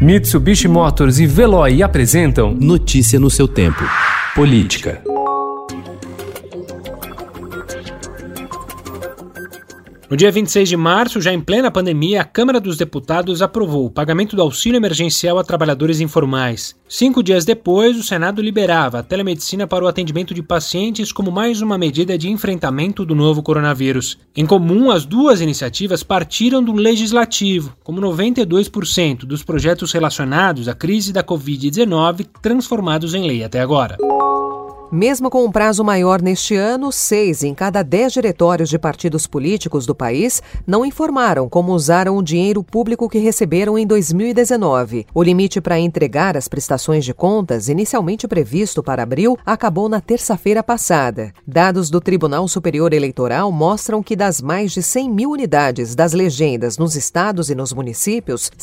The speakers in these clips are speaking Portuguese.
Mitsubishi Motors e Veloy apresentam Notícia no seu tempo. Política. No dia 26 de março, já em plena pandemia, a Câmara dos Deputados aprovou o pagamento do auxílio emergencial a trabalhadores informais. 5 dias depois, o Senado liberava a telemedicina para o atendimento de pacientes como mais uma medida de enfrentamento do novo coronavírus. Em comum, as duas iniciativas partiram do Legislativo, como 92% dos projetos relacionados à crise da Covid-19 transformados em lei até agora. Mesmo com um prazo maior neste ano, 6 em cada 10 diretórios de partidos políticos do país não informaram como usaram o dinheiro público que receberam em 2019. O limite para entregar as prestações de contas, inicialmente previsto para abril, acabou na terça-feira passada. Dados do Tribunal Superior Eleitoral mostram que das mais de 100 mil unidades das legendas nos estados e nos municípios,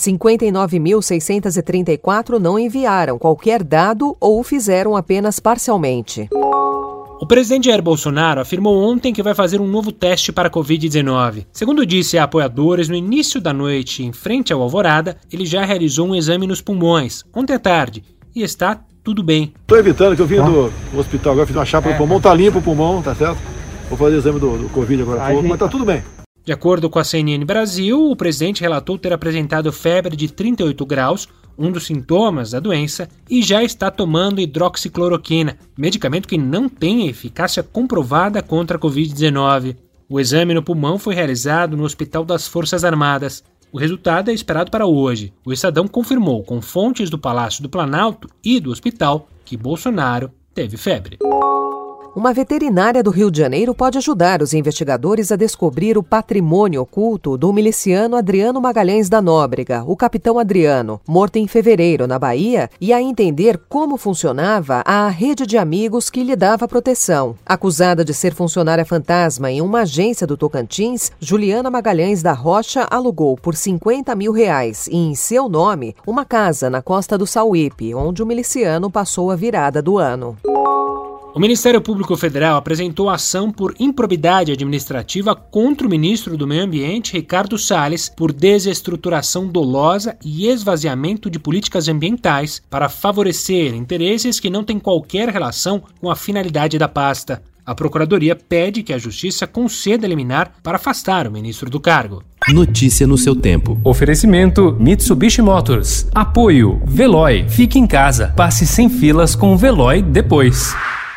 59.634 não enviaram qualquer dado ou o fizeram apenas parcialmente. O presidente Jair Bolsonaro afirmou ontem que vai fazer um novo teste para a Covid-19. Segundo disse a apoiadores, no início da noite, em frente ao Alvorada, ele já realizou um exame nos pulmões, ontem à tarde, e está tudo bem. Estou evitando, que eu vim do hospital agora, fiz uma chapa no pulmão, tá limpo o pulmão, tá certo? Vou fazer o exame do Covid agora há pouco, mas tá tudo bem. De acordo com a CNN Brasil, o presidente relatou ter apresentado febre de 38 graus, um dos sintomas da doença, e já está tomando hidroxicloroquina, medicamento que não tem eficácia comprovada contra a Covid-19. O exame no pulmão foi realizado no Hospital das Forças Armadas. O resultado é esperado para hoje. O Estadão confirmou com fontes do Palácio do Planalto e do hospital que Bolsonaro teve febre. Uma veterinária do Rio de Janeiro pode ajudar os investigadores a descobrir o patrimônio oculto do miliciano Adriano Magalhães da Nóbrega, o capitão Adriano, morto em fevereiro na Bahia, e a entender como funcionava a rede de amigos que lhe dava proteção. Acusada de ser funcionária fantasma em uma agência do Tocantins, Juliana Magalhães da Rocha alugou por R$50 mil e, em seu nome, uma casa na costa do Sauípe, onde o miliciano passou a virada do ano. O Ministério Público Federal apresentou ação por improbidade administrativa contra o ministro do Meio Ambiente, Ricardo Salles, por desestruturação dolosa e esvaziamento de políticas ambientais para favorecer interesses que não têm qualquer relação com a finalidade da pasta. A Procuradoria pede que a Justiça conceda liminar para afastar o ministro do cargo. Notícia no seu tempo. Oferecimento Mitsubishi Motors. Apoio Veloy. Fique em casa. Passe sem filas com o Veloy depois.